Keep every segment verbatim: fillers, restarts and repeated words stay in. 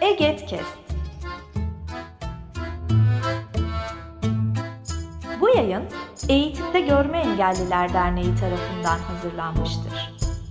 Egetkest. Bu yayın Eğitimde Görme Engelliler Derneği tarafından hazırlanmıştır.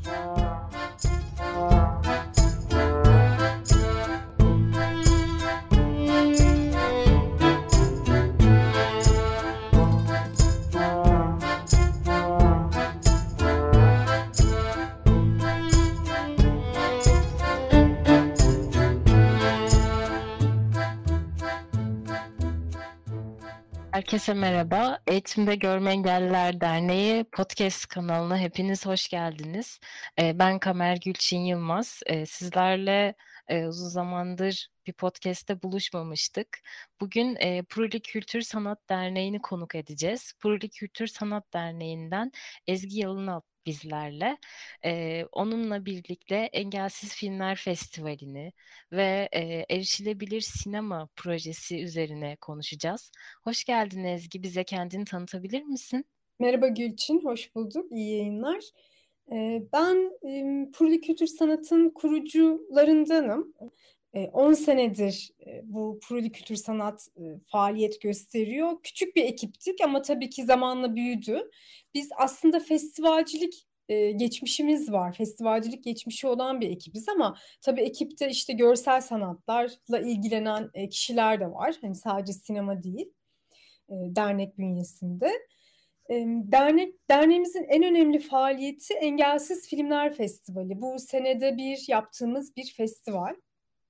Herkese merhaba. Eğitimde Görme Engelliler Derneği podcast kanalına hepiniz hoş geldiniz. Ee, ben Kamer Gülçin Yılmaz. Ee, sizlerle e, uzun zamandır bir podcast'te buluşmamıştık. Bugün e, Pruli Kültür Sanat Derneği'ni konuk edeceğiz. Pruli Kültür Sanat Derneği'nden Ezgi Yalınalp bizlerle. Ee, onunla birlikte Engelsiz Filmler Festivali'ni ve e, Erişilebilir Sinema projesi üzerine konuşacağız. Hoş geldin Ezgi. Bize kendini tanıtabilir misin? Merhaba Gülçin, hoş bulduk. İyi yayınlar. Ee, Ben e, Pruli Kültür Sanat'ın kurucularındanım. E, on senedir e, bu Pruli Kültür Sanat e, faaliyet gösteriyor. Küçük bir ekiptik ama tabii ki zamanla büyüdü. Biz aslında festivalcilik e, geçmişimiz var. Festivalcilik geçmişi olan bir ekibiz ama tabii ekipte işte görsel sanatlarla ilgilenen e, kişiler de var. Hani sadece sinema değil, e, dernek bünyesinde. E, Dernek, derneğimizin en önemli faaliyeti Engelsiz Filmler Festivali. Bu senede bir yaptığımız bir festival.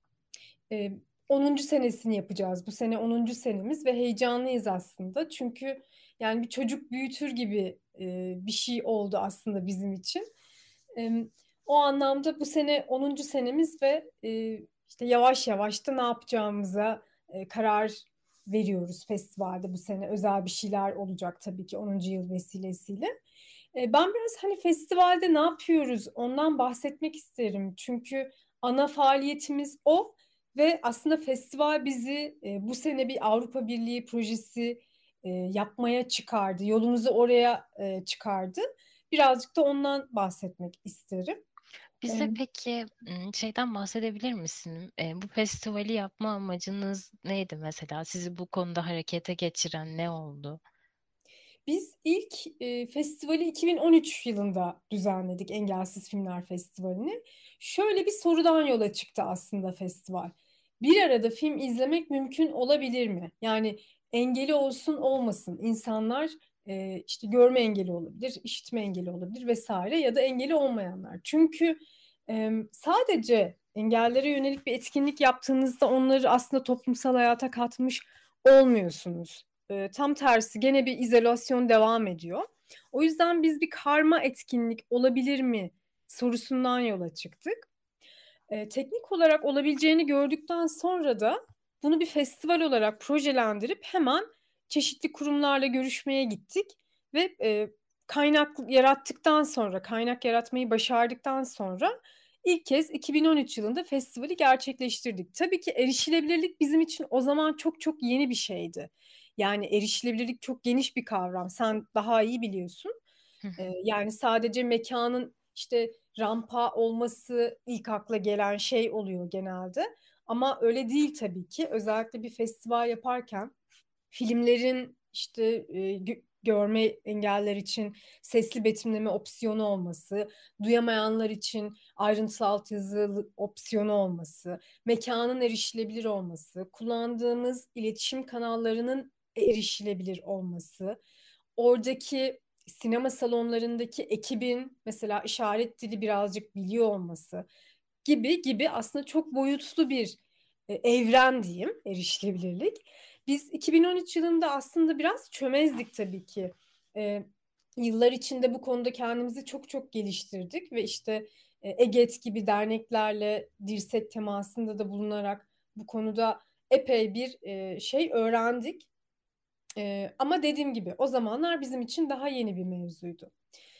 E, onuncu senesini yapacağız. Bu sene onuncu senemiz ve heyecanlıyız aslında. Çünkü yani bir çocuk büyütür gibi e, bir şey oldu aslında bizim için. E, O anlamda bu sene onuncu senemiz ve e, işte yavaş yavaş da ne yapacağımıza e, karar veriyoruz festivalde bu sene. Özel bir şeyler olacak tabii ki onuncu yıl vesilesiyle. E, ben biraz hani festivalde ne yapıyoruz ondan bahsetmek isterim. Çünkü ana faaliyetimiz o. Ve aslında festival bizi e, bu sene bir Avrupa Birliği projesi e, yapmaya çıkardı. Yolumuzu oraya e, çıkardı. Birazcık da ondan bahsetmek isterim. E, Bize peki m, şeyden bahsedebilir misin? E, bu festivali yapma amacınız neydi mesela? Sizi bu konuda harekete geçiren ne oldu? Biz ilk e, festivali iki bin on üç yılında düzenledik, Engelsiz Filmler Festivali'ni. Şöyle bir sorudan yola çıktı aslında festival. Bir arada film izlemek mümkün olabilir mi? Yani engeli olsun olmasın insanlar e, işte görme engeli olabilir, işitme engeli olabilir vesaire ya da engeli olmayanlar. Çünkü e, sadece engellere yönelik bir etkinlik yaptığınızda onları aslında toplumsal hayata katmış olmuyorsunuz. E, tam tersi gene bir izolasyon devam ediyor. O yüzden biz bir karma etkinlik olabilir mi sorusundan yola çıktık. E, teknik olarak olabileceğini gördükten sonra da bunu bir festival olarak projelendirip hemen çeşitli kurumlarla görüşmeye gittik ve e, kaynak yarattıktan sonra, kaynak yaratmayı başardıktan sonra ilk kez iki bin on üç yılında festivali gerçekleştirdik. Tabii ki erişilebilirlik bizim için o zaman çok çok yeni bir şeydi. Yani erişilebilirlik çok geniş bir kavram. Sen daha iyi biliyorsun. Ee, yani sadece mekanın işte rampa olması ilk akla gelen şey oluyor genelde. Ama öyle değil tabii ki. Özellikle bir festival yaparken filmlerin işte e, gö- görme engeller için sesli betimleme opsiyonu olması, duyamayanlar için ayrıntılı altyazı opsiyonu olması, mekanın erişilebilir olması, kullandığımız iletişim kanallarının erişilebilir olması, oradaki sinema salonlarındaki ekibin mesela işaret dili birazcık biliyor olması gibi gibi aslında çok boyutlu bir e, evren diyeyim erişilebilirlik. Biz iki bin on üç yılında aslında biraz çömezdik tabii ki. E, Yıllar içinde bu konuda kendimizi çok çok geliştirdik ve işte e, EGET gibi derneklerle dirsek temasında da bulunarak bu konuda epey bir e, şey öğrendik. E, ama dediğim gibi o zamanlar bizim için daha yeni bir mevzuydu.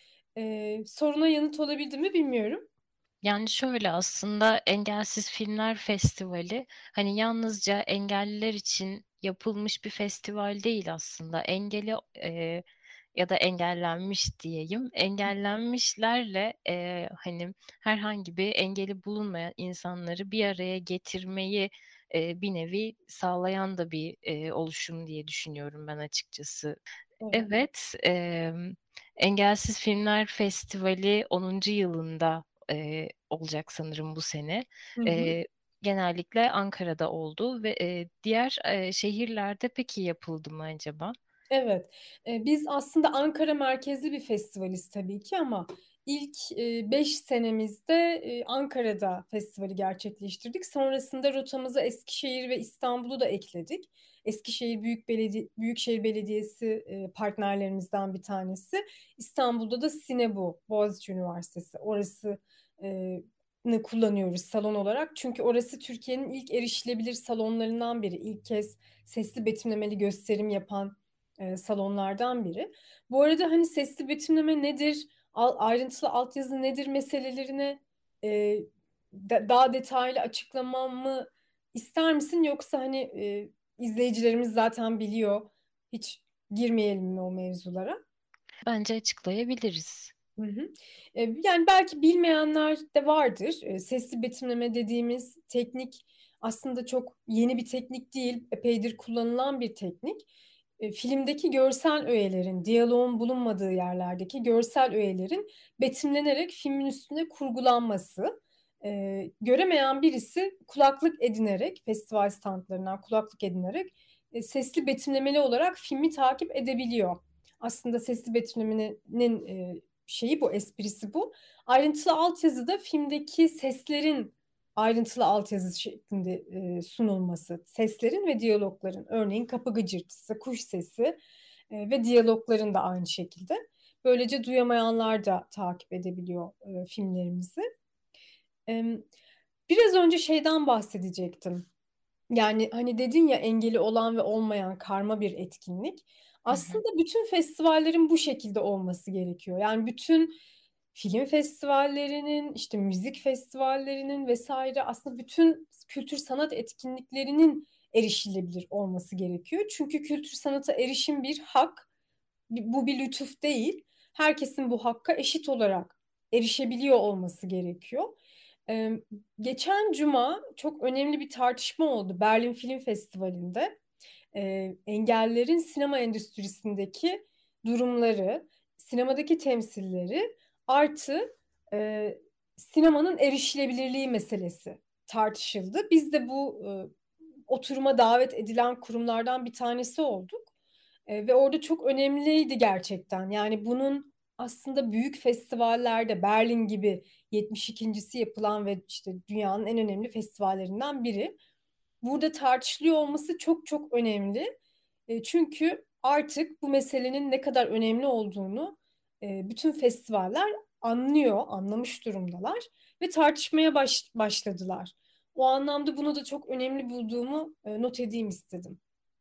E, soruna yanıt olabildi mi bilmiyorum. Yani şöyle aslında Engelsiz Filmler Festivali hani yalnızca engelliler için yapılmış bir festival değil aslında. Engeli e, ya da engellenmiş diyeyim. Engellenmişlerle e, hani herhangi bir engeli bulunmayan insanları bir araya getirmeyi e, bir nevi sağlayan da bir e, oluşum diye düşünüyorum ben açıkçası. Evet. Evet, em, Engelsiz Filmler Festivali onuncu yılında e, olacak sanırım bu sene. Hı hı. E, genellikle Ankara'da oldu ve e, diğer e, şehirlerde peki yapıldı mı acaba? Evet, e, biz aslında Ankara merkezli bir festivaliz tabii ki ama ilk beş senemizde e, Ankara'da festivali gerçekleştirdik. Sonrasında rotamıza Eskişehir ve İstanbul'u da ekledik. Eskişehir Büyük Belediye, Büyükşehir Belediyesi e, partnerlerimizden bir tanesi. İstanbul'da da Sinebu, Boğaziçi Üniversitesi. Orası e, ne kullanıyoruz salon olarak. Çünkü orası Türkiye'nin ilk erişilebilir salonlarından biri. İlk kez sesli betimlemeli gösterim yapan e, salonlardan biri. Bu arada hani sesli betimleme nedir, al- ayrıntılı altyazı nedir meselelerine e, da- daha detaylı açıklamamı ister misin? Yoksa hani e, izleyicilerimiz zaten biliyor. Hiç girmeyelim mi o mevzulara? Bence açıklayabiliriz. Hı hı. E, Yani belki bilmeyenler de vardır. E, Sesli betimleme dediğimiz teknik aslında çok yeni bir teknik değil, epeydir kullanılan bir teknik. E, Filmdeki görsel öğelerin, diyaloğun bulunmadığı yerlerdeki görsel öğelerin betimlenerek filmin üstüne kurgulanması. E, göremeyen birisi kulaklık edinerek, festival standlarından kulaklık edinerek e, sesli betimlemeli olarak filmi takip edebiliyor. Aslında sesli betimlemenin e, şeyi bu, esprisi bu. Ayrıntılı altyazıda filmdeki seslerin ayrıntılı altyazı şeklinde e, sunulması. Seslerin ve diyalogların, örneğin kapı gıcırtısı, kuş sesi e, ve diyalogların da aynı şekilde. Böylece duyamayanlar da takip edebiliyor e, filmlerimizi. E, Biraz önce şeyden bahsedecektim. Yani hani dedin ya, engeli olan ve olmayan karma bir etkinlik. Hı hı. Aslında bütün festivallerin bu şekilde olması gerekiyor. Yani bütün film festivallerinin, işte müzik festivallerinin vesaire, aslında bütün kültür sanat etkinliklerinin erişilebilir olması gerekiyor. Çünkü kültür sanata erişim bir hak, bu bir lütuf değil. Herkesin bu hakka eşit olarak erişebiliyor olması gerekiyor. Ee, Geçen cuma çok önemli bir tartışma oldu Berlin Film Festivali'nde. Ee, engellilerin sinema endüstrisindeki durumları, sinemadaki temsilleri artı e, sinemanın erişilebilirliği meselesi tartışıldı. Biz de bu e, oturuma davet edilen kurumlardan bir tanesi olduk. E, ve orada çok önemliydi gerçekten. Yani bunun aslında büyük festivallerde, Berlin gibi yetmiş ikincisi yapılan ve işte dünyanın en önemli festivallerinden biri. Burada tartışılıyor olması çok çok önemli. E, çünkü artık bu meselenin ne kadar önemli olduğunu e, bütün festivaller anlıyor, anlamış durumdalar ve tartışmaya baş, başladılar. O anlamda bunu da çok önemli bulduğumu e, not edeyim istedim.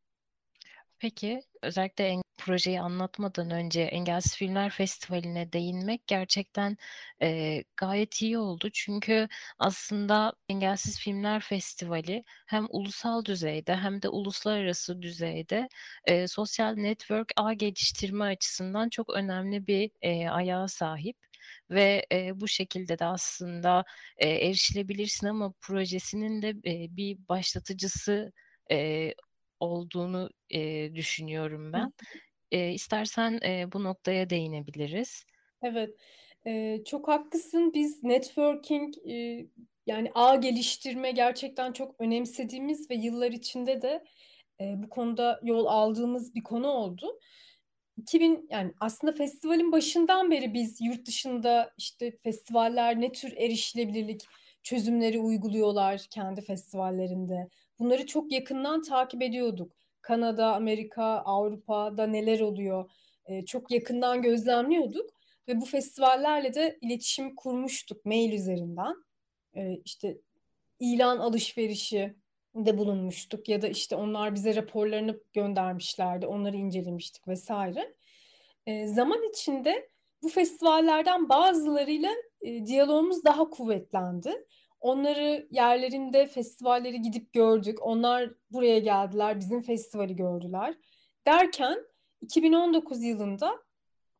Peki, özellikle en- projeyi anlatmadan önce Engelsiz Filmler Festivali'ne değinmek gerçekten e, gayet iyi oldu. Çünkü aslında Engelsiz Filmler Festivali hem ulusal düzeyde hem de uluslararası düzeyde e, sosyal network ağ geliştirme açısından çok önemli bir e, ayağa sahip. Ve e, bu şekilde de aslında e, erişilebilir sinema projesinin de e, bir başlatıcısı e, olduğunu e, düşünüyorum Hı. ben. E, istersen e, bu noktaya değinebiliriz. Evet, Ee, çok haklısın. Biz networking, e, yani ağ geliştirme gerçekten çok önemsediğimiz ve yıllar içinde de e, bu konuda yol aldığımız bir konu oldu. iki bin, yani aslında festivalin başından beri biz yurt dışında işte festivaller ne tür erişilebilirlik çözümleri uyguluyorlar kendi festivallerinde. Bunları çok yakından takip ediyorduk. Kanada, Amerika, Avrupa'da neler oluyor? E, çok yakından gözlemliyorduk ve bu festivallerle de iletişim kurmuştuk mail üzerinden. E, işte ilan alışverişi de bulunmuştuk ya da işte onlar bize raporlarını göndermişlerdi. Onları incelemiştik vesaire. E, zaman içinde bu festivallerden bazılarıyla e, diyalogumuz daha kuvvetlendi. Onları yerlerinde festivalleri gidip gördük. Onlar buraya geldiler, bizim festivali gördüler. Derken iki bin on dokuz yılında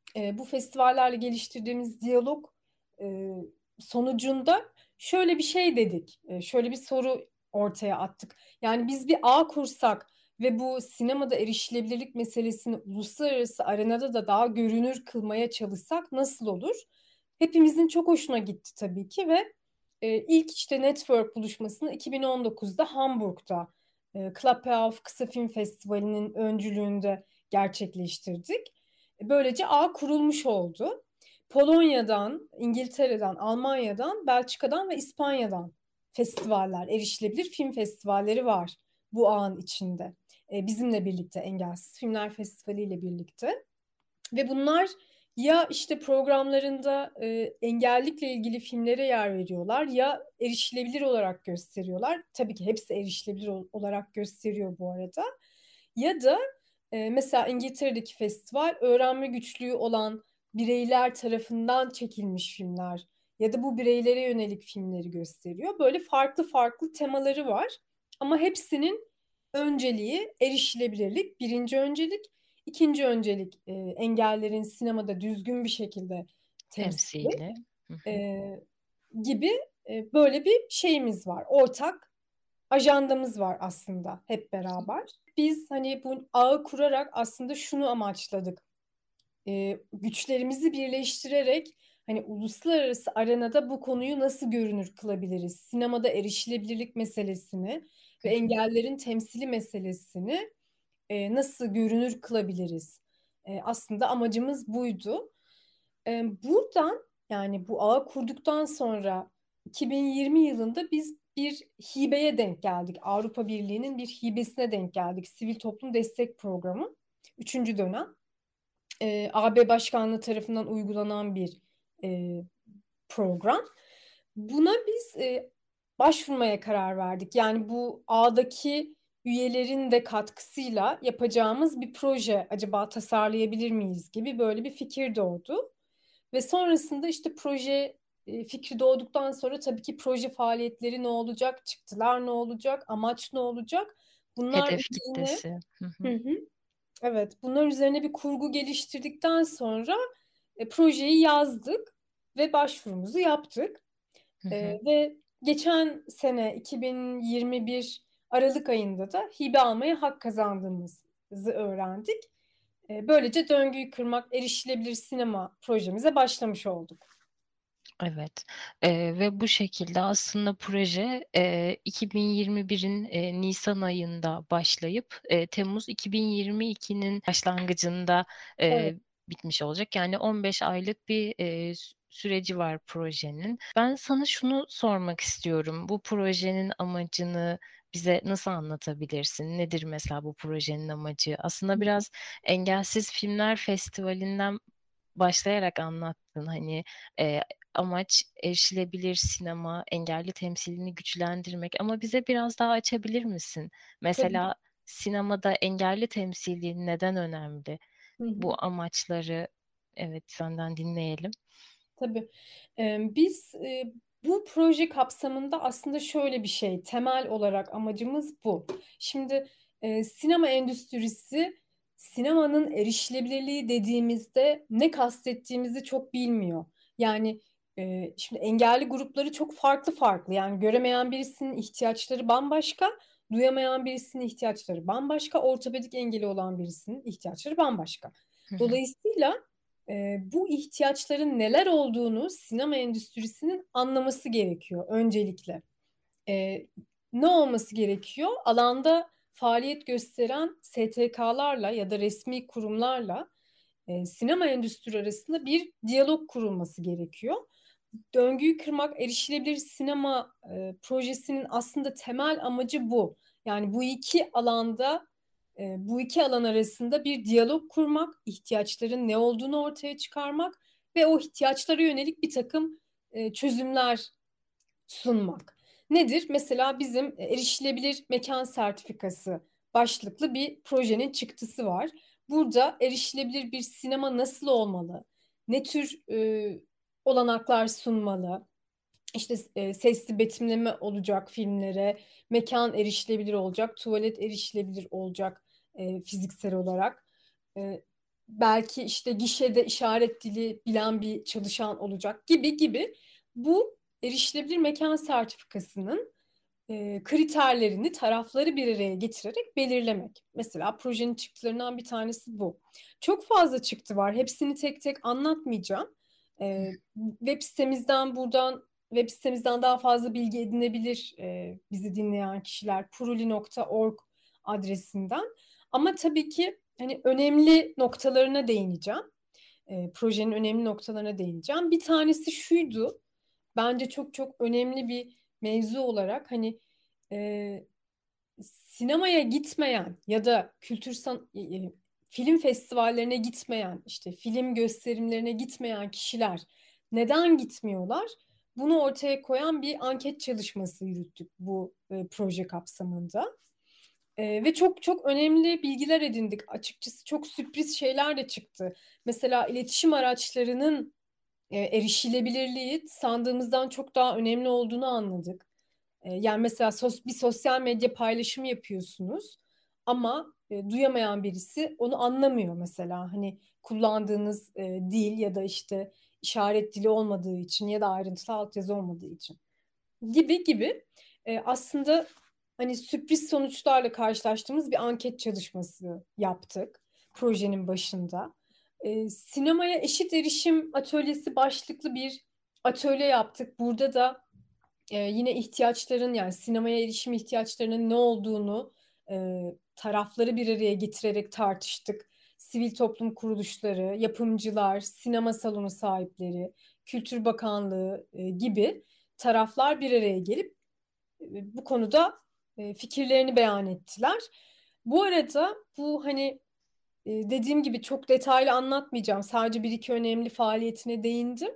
e, bu festivallerle geliştirdiğimiz diyalog e, sonucunda şöyle bir şey dedik. E, şöyle bir soru ortaya attık. Yani biz bir ağ kursak ve bu sinemada erişilebilirlik meselesini uluslararası arenada da daha görünür kılmaya çalışsak nasıl olur? Hepimizin çok hoşuna gitti tabii ki ve e, ilk işte network buluşmasını iki bin on dokuzda Hamburg'da e, Klapperauf Kısa Film Festivali'nin öncülüğünde gerçekleştirdik. Böylece ağ kurulmuş oldu. Polonya'dan, İngiltere'den, Almanya'dan, Belçika'dan ve İspanya'dan festivaller, erişilebilir film festivalleri var bu ağın içinde. E, bizimle birlikte Engelsiz Filmler Festivali ile birlikte. Ve bunlar ya işte programlarında e, engellilikle ilgili filmlere yer veriyorlar ya erişilebilir olarak gösteriyorlar. Tabii ki hepsi erişilebilir olarak gösteriyor bu arada. Ya da e, mesela İngiltere'deki festival öğrenme güçlüğü olan bireyler tarafından çekilmiş filmler ya da bu bireylere yönelik filmleri gösteriyor. Böyle farklı farklı temaları var ama hepsinin önceliği erişilebilirlik, birinci öncelik. İkinci öncelik e, engellerin sinemada düzgün bir şekilde temsili Temsili. Hı hı. e, gibi e, böyle bir şeyimiz var. Ortak ajandamız var aslında hep beraber. Biz hani bu ağı kurarak aslında şunu amaçladık. E, güçlerimizi birleştirerek hani uluslararası arenada bu konuyu nasıl görünür kılabiliriz? Sinemada erişilebilirlik meselesini ve engellerin temsili meselesini e, nasıl görünür kılabiliriz? E, aslında amacımız buydu. E, buradan yani bu ağı kurduktan sonra iki bin yirmi yılında biz bir hibeye denk geldik. Avrupa Birliği'nin bir hibesine denk geldik. Sivil Toplum Destek Programı. Üçüncü dönem. E, A B Başkanlığı tarafından uygulanan bir e, program. Buna biz e, başvurmaya karar verdik. Yani bu ağdaki üyelerin de katkısıyla yapacağımız bir proje acaba tasarlayabilir miyiz gibi böyle bir fikir doğdu. Ve sonrasında işte proje e, fikri doğduktan sonra tabii ki proje faaliyetleri ne olacak, çıktılar ne olacak, amaç ne olacak? Bunlar Hedef üzerine kitlesi. Hı hı hı. hı, evet, bunlar üzerine bir kurgu geliştirdikten sonra e, projeyi yazdık ve başvurumuzu yaptık. Hı E, hı. ve geçen sene iki bin yirmi bir Aralık ayında da hibe almaya hak kazandığımızı öğrendik. E, böylece döngüyü kırmak, erişilebilir sinema projemize başlamış olduk. Evet, eee, ve bu şekilde aslında proje eee, iki bin yirmi birin eee, Nisan ayında başlayıp eee, Temmuz iki bin yirmi ikinin başlangıcında Evet, eee, bitmiş olacak. Yani on beş aylık bir eee, sü- süreci var projenin. Ben sana şunu sormak istiyorum. Bu projenin amacını bize nasıl anlatabilirsin? Nedir mesela bu projenin amacı? Aslında biraz Engelsiz Filmler Festivali'nden başlayarak anlattın. Hani eee, amaç erişilebilir sinema, engelli temsilini güçlendirmek ama bize biraz daha açabilir misin? tabii. Mesela sinemada engelli temsili neden önemli? Hı hı. Bu amaçları evet senden dinleyelim. Tabii. Ee, biz e, bu proje kapsamında aslında şöyle bir şey, temel olarak amacımız bu. Şimdi e, sinema endüstrisi sinemanın erişilebilirliği dediğimizde ne kastettiğimizi çok bilmiyor. Yani e, şimdi engelli grupları çok farklı farklı. Yani göremeyen birisinin ihtiyaçları bambaşka, duyamayan birisinin ihtiyaçları bambaşka, ortopedik engeli olan birisinin ihtiyaçları bambaşka. Hı hı. Dolayısıyla e, bu ihtiyaçların neler olduğunu sinema endüstrisinin anlaması gerekiyor öncelikle. E, ne olması gerekiyor? Alanda faaliyet gösteren S T K'larla ya da resmi kurumlarla e, sinema endüstri arasında bir diyalog kurulması gerekiyor. Döngüyü kırmak, erişilebilir sinema e, projesinin aslında temel amacı bu. Yani bu iki alanda, e, bu iki alan arasında bir diyalog kurmak, ihtiyaçların ne olduğunu ortaya çıkarmak ve o ihtiyaçlara yönelik bir takım e, çözümler sunmak. Nedir? Mesela bizim erişilebilir mekan sertifikası başlıklı bir projenin çıktısı var. Burada erişilebilir bir sinema nasıl olmalı? Ne tür e, olanaklar sunmalı? İşte e, sesli betimleme olacak filmlere, mekan erişilebilir olacak, tuvalet erişilebilir olacak e, fiziksel olarak. E, belki işte gişede işaret dili bilen bir çalışan olacak gibi gibi. Bu erişilebilir mekan sertifikasının e, kriterlerini tarafları bir araya getirerek belirlemek. Mesela projenin çıktılarından bir tanesi bu. Çok fazla çıktı var. Hepsini tek tek anlatmayacağım. E, web sitemizden buradan web sitemizden daha fazla bilgi edinebilir e, bizi dinleyen kişiler pruli nokta org adresinden. Ama tabii ki hani önemli noktalarına değineceğim. E, projenin önemli noktalarına değineceğim. Bir tanesi şuydu. Bence çok çok önemli bir mevzu olarak hani e, sinemaya gitmeyen ya da kültür san e, e, film festivallerine gitmeyen, işte film gösterimlerine gitmeyen kişiler neden gitmiyorlar? Bunu ortaya koyan bir anket çalışması yürüttük bu e, proje kapsamında. E, ve çok çok önemli bilgiler edindik. Açıkçası çok sürpriz şeyler de çıktı. Mesela iletişim araçlarının e, erişilebilirliği sandığımızdan çok daha önemli olduğunu anladık. E, yani mesela sos, bir sosyal medya paylaşımı yapıyorsunuz ama e, duyamayan birisi onu anlamıyor mesela. Hani kullandığınız e, dil ya da işte işaret dili olmadığı için ya da ayrıntılı altyazı olmadığı için gibi gibi. E, aslında hani sürpriz sonuçlarla karşılaştığımız bir anket çalışması yaptık projenin başında. E, sinemaya eşit erişim atölyesi başlıklı bir atölye yaptık. Burada da e, yine ihtiyaçların yani sinemaya erişim ihtiyaçlarının ne olduğunu e, tarafları bir araya getirerek tartıştık. Sivil toplum kuruluşları, yapımcılar, sinema salonu sahipleri, Kültür Bakanlığı e, gibi taraflar bir araya gelip e, bu konuda e, fikirlerini beyan ettiler. Bu arada bu hani e, dediğim gibi çok detaylı anlatmayacağım. Sadece bir iki önemli faaliyetine değindim.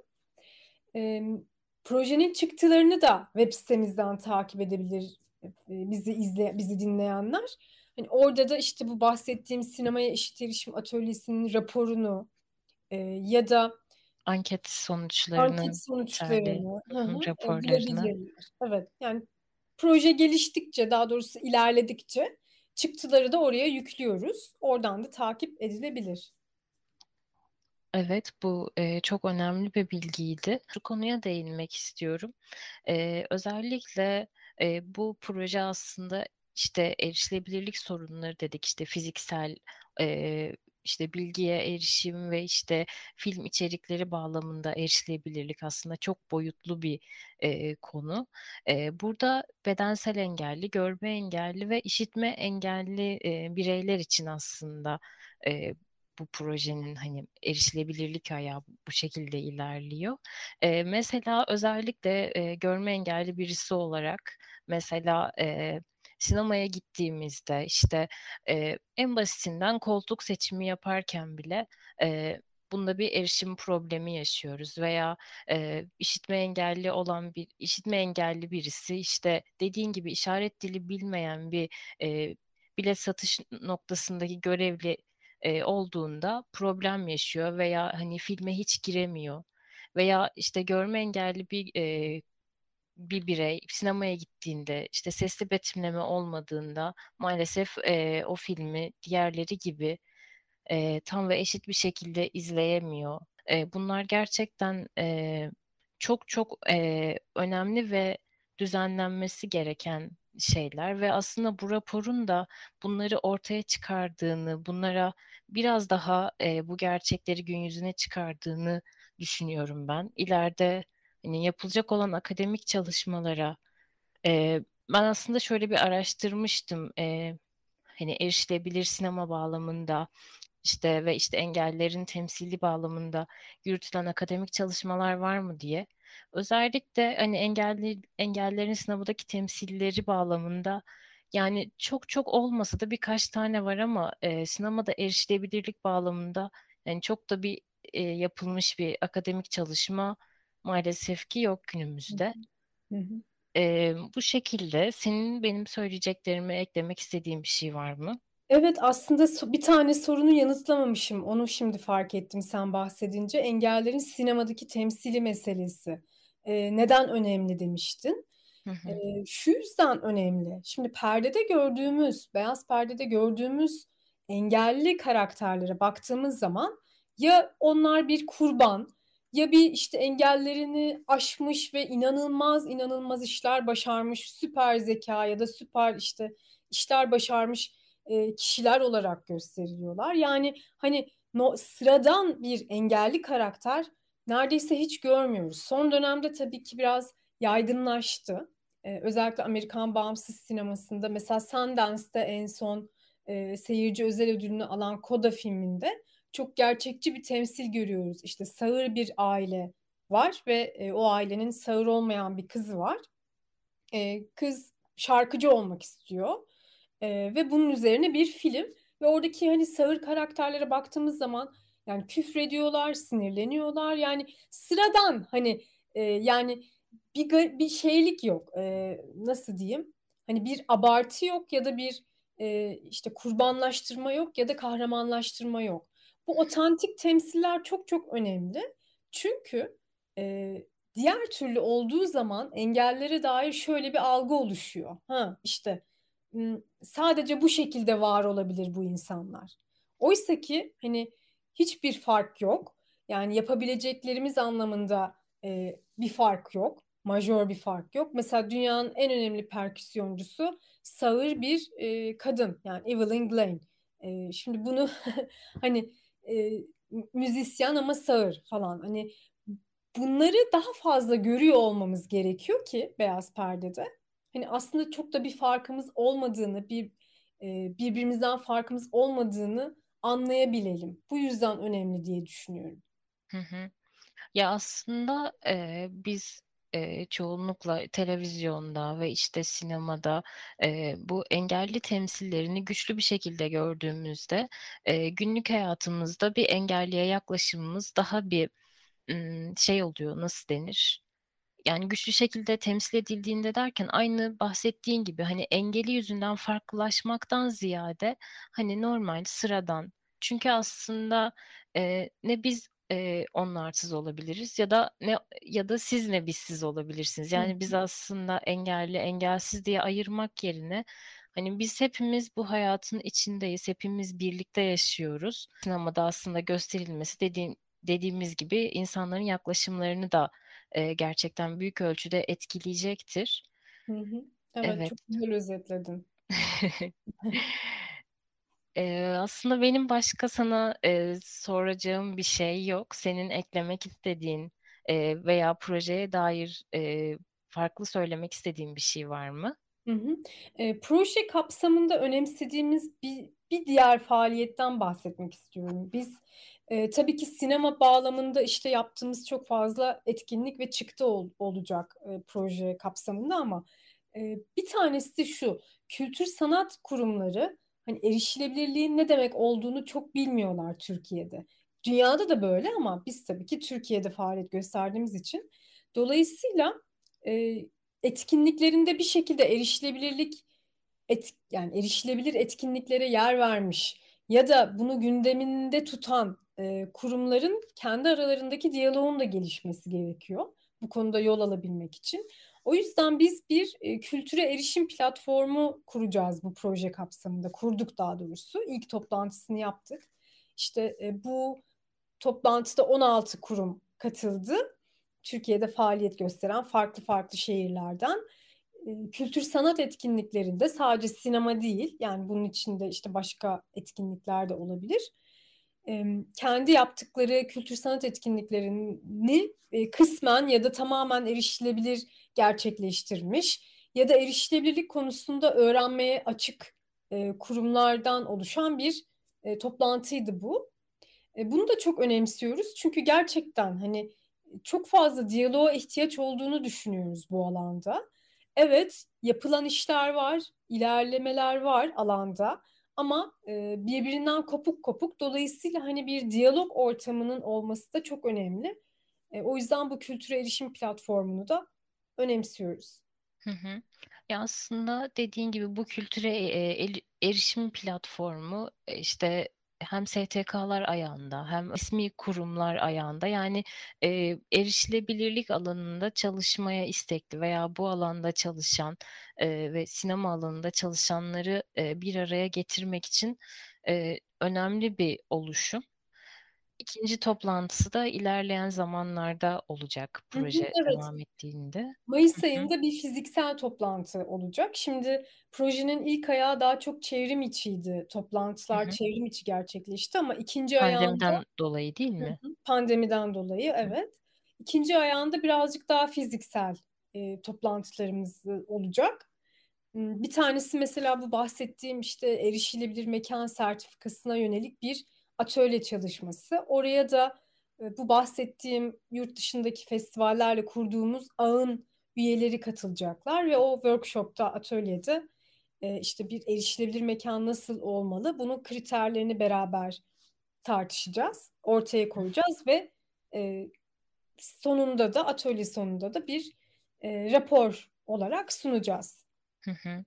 E, Projenin çıktılarını da web sitemizden takip edebilir e, bizi izle bizi dinleyenler. Hani orada da işte bu bahsettiğim sinemaya eşit erişim atölyesinin raporunu e, ya da Anket anket sonuçlarının yeterli sonuçlarını hı hı, e, raporlarını. bulabilirler. Evet, yani proje geliştikçe, daha doğrusu ilerledikçe çıktıları da oraya yüklüyoruz. Oradan da takip edilebilir. Evet, bu e, çok önemli bir bilgiydi. Şu konuya değinmek istiyorum. E, özellikle e, bu proje aslında işte erişilebilirlik sorunları dedik, işte fiziksel e, işte bilgiye erişim ve işte film içerikleri bağlamında erişilebilirlik aslında çok boyutlu bir e, konu. E, burada bedensel engelli, görme engelli ve işitme engelli e, bireyler için aslında e, bu projenin hani erişilebilirlik ayağı bu şekilde ilerliyor. Ee, mesela özellikle e, görme engelli birisi olarak mesela e, sinemaya gittiğimizde işte e, en basitinden koltuk seçimi yaparken bile e, bunda bir erişim problemi yaşıyoruz veya e, işitme engelli olan bir işitme engelli birisi işte dediğin gibi işaret dili bilmeyen bir e, bilet satış noktasındaki görevli e, olduğunda problem yaşıyor veya hani filme hiç giremiyor veya işte görme engelli bir e, bir birey sinemaya gittiğinde işte sesli betimleme olmadığında maalesef e, o filmi diğerleri gibi e, tam ve eşit bir şekilde izleyemiyor. E, bunlar gerçekten e, çok çok e, önemli ve düzenlenmesi gereken şeyler ve aslında bu raporun da bunları ortaya çıkardığını, bunlara biraz daha e, bu gerçekleri gün yüzüne çıkardığını düşünüyorum ben. İleride hani yapılacak olan akademik çalışmalara e, ben aslında şöyle bir araştırmıştım. E, hani erişilebilir sinema bağlamında işte ve işte engellerin temsili bağlamında yürütülen akademik çalışmalar var mı diye. Özellikle hani engelli engellerin sinemadaki temsilleri bağlamında yani çok çok olmasa da birkaç tane var ama e, sinemada erişilebilirlik bağlamında yani çok da bir e, yapılmış bir akademik çalışma maalesef ki yok Hı günümüzde. hı hı. E, bu şekilde senin benim söyleyeceklerime eklemek istediğin bir şey var mı? Evet, aslında so- bir tane sorunu yanıtlamamışım. Onu şimdi fark ettim sen bahsedince. Engellerin sinemadaki temsili meselesi. Ee, neden önemli demiştin? Hı hı. Ee, şu yüzden önemli. Şimdi perdede gördüğümüz, beyaz perdede gördüğümüz engelli karakterlere baktığımız zaman ya onlar bir kurban ya bir işte engellerini aşmış ve inanılmaz inanılmaz işler başarmış süper zeka ya da süper işte işler başarmış e, kişiler olarak gösteriliyorlar. Yani hani no, sıradan bir engelli karakter neredeyse hiç görmüyoruz. Son dönemde tabii ki biraz yaygınlaştı. Ee, özellikle Amerikan bağımsız sinemasında mesela Sundance'da en son e, seyirci özel ödülünü alan Coda filminde çok gerçekçi bir temsil görüyoruz. İşte sağır bir aile var ve e, o ailenin sağır olmayan bir kızı var. E, kız şarkıcı olmak istiyor. E, ve bunun üzerine bir film ve oradaki hani sağır karakterlere baktığımız zaman yani küfrediyorlar, sinirleniyorlar. Yani sıradan hani e, yani bir ga- bir şeylik yok. E, nasıl diyeyim? Hani bir abartı yok ya da bir e, işte kurbanlaştırma yok ya da kahramanlaştırma yok. Bu otantik temsiller çok çok önemli. Çünkü e, diğer türlü olduğu zaman engellere dair şöyle bir algı oluşuyor. Ha işte m, sadece bu şekilde var olabilir bu insanlar. Oysa ki hani hiçbir fark yok. Yani yapabileceklerimiz anlamında e, bir fark yok. Majör bir fark yok. Mesela dünyanın en önemli perküsyoncusu sağır bir e, kadın. Yani Evelyn Glenn. E, şimdi bunu hani e, müzisyen ama sağır falan. Hani bunları daha fazla görüyor olmamız gerekiyor ki beyaz perdede. Hani aslında çok da bir farkımız olmadığını, bir e, birbirimizden farkımız olmadığını anlayabilelim. Bu yüzden önemli diye düşünüyorum. Hı hı. Ya aslında e, biz e, çoğunlukla televizyonda ve işte sinemada e, bu engelli temsillerini güçlü bir şekilde gördüğümüzde e, günlük hayatımızda bir engelliye yaklaşımımız daha bir ım, şey oluyor, nasıl denir? Yani güçlü şekilde temsil edildiğinde derken aynı bahsettiğin gibi hani engeli yüzünden farklılaşmaktan ziyade hani normal sıradan, çünkü aslında e, ne biz e, onlarsız olabiliriz ya da ne ya da siz ne bizsiz olabilirsiniz. Hı Yani biz aslında engelli engelsiz diye ayırmak yerine hani biz hepimiz bu hayatın içindeyiz, hepimiz birlikte yaşıyoruz. Sinemada aslında gösterilmesi dediğim dediğimiz gibi insanların yaklaşımlarını da e, gerçekten büyük ölçüde etkileyecektir. hı. Hı. Evet, Evet. çok güzel özetledin. E, aslında benim başka sana e, soracağım bir şey yok. Senin eklemek istediğin e, veya projeye dair e, farklı söylemek istediğin bir şey var mı? Hı hı. E, proje kapsamında önemsediğimiz bir, bir diğer faaliyetten bahsetmek istiyorum. Biz e, tabii ki sinema bağlamında işte yaptığımız çok fazla etkinlik ve çıktı ol- olacak e, proje kapsamında ama e, bir tanesi de şu: kültür sanat kurumları hani erişilebilirliğin ne demek olduğunu çok bilmiyorlar Türkiye'de. Dünyada da böyle ama biz tabii ki Türkiye'de faaliyet gösterdiğimiz için dolayısıyla e, etkinliklerinde bir şekilde erişilebilirlik et, yani erişilebilir etkinliklere yer vermiş ya da bunu gündeminde tutan e, kurumların kendi aralarındaki diyaloğun da gelişmesi gerekiyor bu konuda yol alabilmek için. O yüzden biz bir e, kültüre erişim platformu kuracağız bu proje kapsamında. Kurduk daha doğrusu. İlk toplantısını yaptık. İşte e, bu toplantıda on altı kurum katıldı. Türkiye'de faaliyet gösteren farklı farklı şehirlerden e, kültür sanat etkinliklerinde sadece sinema değil yani bunun içinde işte başka etkinlikler de olabilir. E, kendi yaptıkları kültür sanat etkinliklerini e, kısmen ya da tamamen erişilebilir gerçekleştirmiş ya da erişilebilirlik konusunda öğrenmeye açık e, kurumlardan oluşan bir e, toplantıydı bu. E, bunu da çok önemsiyoruz çünkü gerçekten hani çok fazla diyaloğa ihtiyaç olduğunu düşünüyoruz bu alanda. Evet, yapılan işler var, ilerlemeler var alanda ama e, birbirinden kopuk kopuk. Dolayısıyla hani bir diyalog ortamının olması da çok önemli. E, o yüzden bu kültüre erişim platformunu da önemsiyoruz. Hı hı. Ya aslında dediğin gibi bu kültüre e, el- erişim platformu e, işte hem S T K'lar ayağında hem resmi kurumlar ayağında, yani e, erişilebilirlik alanında çalışmaya istekli veya bu alanda çalışan e, ve sinema alanında çalışanları e, bir araya getirmek için e, önemli bir oluşum. İkinci toplantısı da ilerleyen zamanlarda olacak Hı hı, proje evet. devam ettiğinde. Mayıs Hı hı, ayında bir fiziksel toplantı olacak. Şimdi projenin ilk ayağı daha çok çevrim içiydi. hı Toplantılar hı. çevrim içi gerçekleşti ama ikinci ayağında Pandemiden dolayı değil Hı mi? hı, pandemiden dolayı Hı evet. İkinci ayağında birazcık daha fiziksel e, toplantılarımız e, olacak. Hmm, Bir tanesi mesela bu bahsettiğim işte erişilebilir mekan sertifikasına yönelik bir atölye çalışması. Oraya da e, bu bahsettiğim yurt dışındaki festivallerle kurduğumuz ağın üyeleri katılacaklar ve o workshopta, atölyede e, işte bir erişilebilir mekan nasıl olmalı? Bunun kriterlerini beraber tartışacağız, ortaya koyacağız ve e, sonunda da atölye sonunda da bir e, rapor olarak sunacağız. hı. Hı.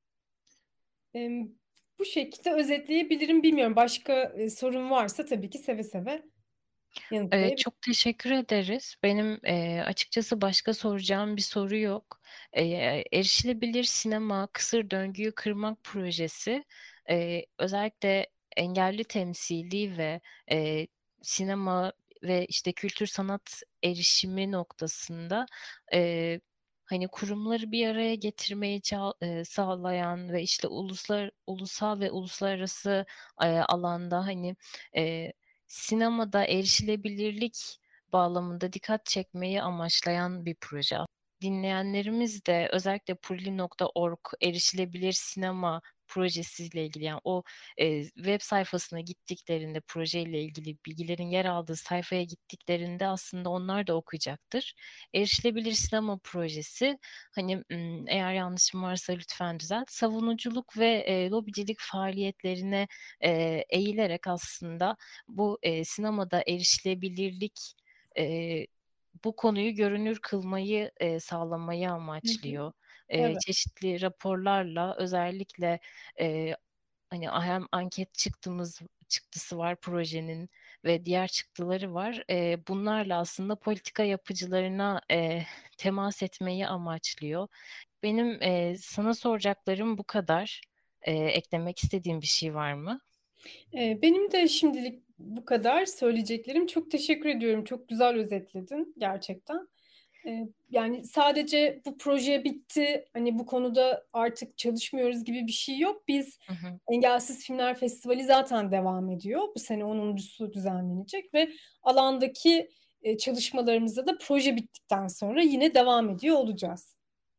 E, Bu şekilde özetleyebilirim. Bilmiyorum, başka e, sorun varsa tabii ki seve seve Eee, yanıtlayabilirim. çok teşekkür ederiz. Benim eee, açıkçası başka soracağım bir soru yok. Eee, Erişilebilir Sinema Kısır Döngüyü Kırmak projesi eee, özellikle engelli temsili ve eee, sinema ve işte kültür sanat erişimi noktasında eee, hani kurumları bir araya getirmeyi ça- eee, sağlayan ve işte uluslar ulusal ve uluslararası eee, alanda hani eee, sinemada erişilebilirlik bağlamında dikkat çekmeyi amaçlayan bir proje. Dinleyenlerimiz de özellikle purli nokta org erişilebilir sinema projesiyle ilgili yani o e, web sayfasına gittiklerinde projeyle ilgili bilgilerin yer aldığı sayfaya gittiklerinde aslında onlar da okuyacaktır. Erişilebilir sinema projesi hani m, eğer yanlışım varsa lütfen düzelt. Savunuculuk ve e, lobicilik faaliyetlerine e, eğilerek aslında bu e, sinemada erişilebilirlik e, bu konuyu görünür kılmayı e, sağlamayı Hı hı. amaçlıyor. E, Evet. çeşitli raporlarla özellikle e, hani hem anket çıktımız çıktısı var projenin ve diğer çıktıları var. E, bunlarla aslında politika yapıcılarına e, temas etmeyi amaçlıyor. Benim e, sana soracaklarım bu kadar. E, eklemek istediğin bir şey var mı? E, benim de şimdilik bu kadar söyleyeceklerim. Çok teşekkür ediyorum. Çok güzel özetledin gerçekten. E, Yani sadece bu proje bitti, hani bu konuda artık çalışmıyoruz gibi bir şey yok. Biz Hı hı. Engelsiz Filmler Festivali zaten devam ediyor. Bu sene onuncusu düzenlenecek ve alandaki e, çalışmalarımıza da proje bittikten sonra yine devam ediyor olacağız.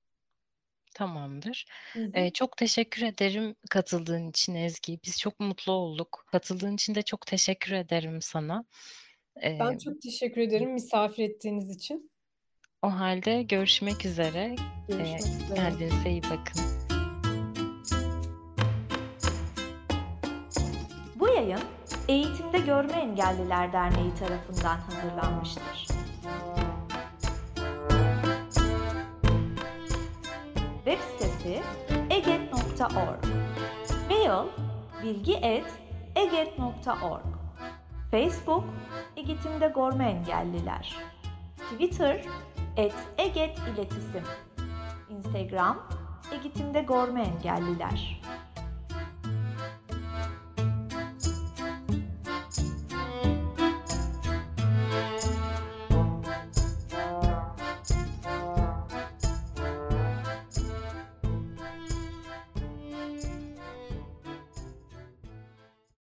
Tamamdır. Hı hı. Ee, çok teşekkür ederim katıldığın için Ezgi. Biz çok mutlu olduk. Katıldığın için de çok teşekkür ederim sana. Ben Ee, çok teşekkür ederim misafir ettiğiniz için. O halde görüşmek üzere. Ee, Görüşmek üzere. Kendinize iyi bakın. Bu yayın Eğitimde Görme Engelliler Derneği tarafından hazırlanmıştır. Web sitesi eget nokta org, mail bilgi et eget nokta org, Facebook Eğitimde Görme Engelliler, Twitter et eget iletisim, Instagram Eğitimde Görme Engelliler.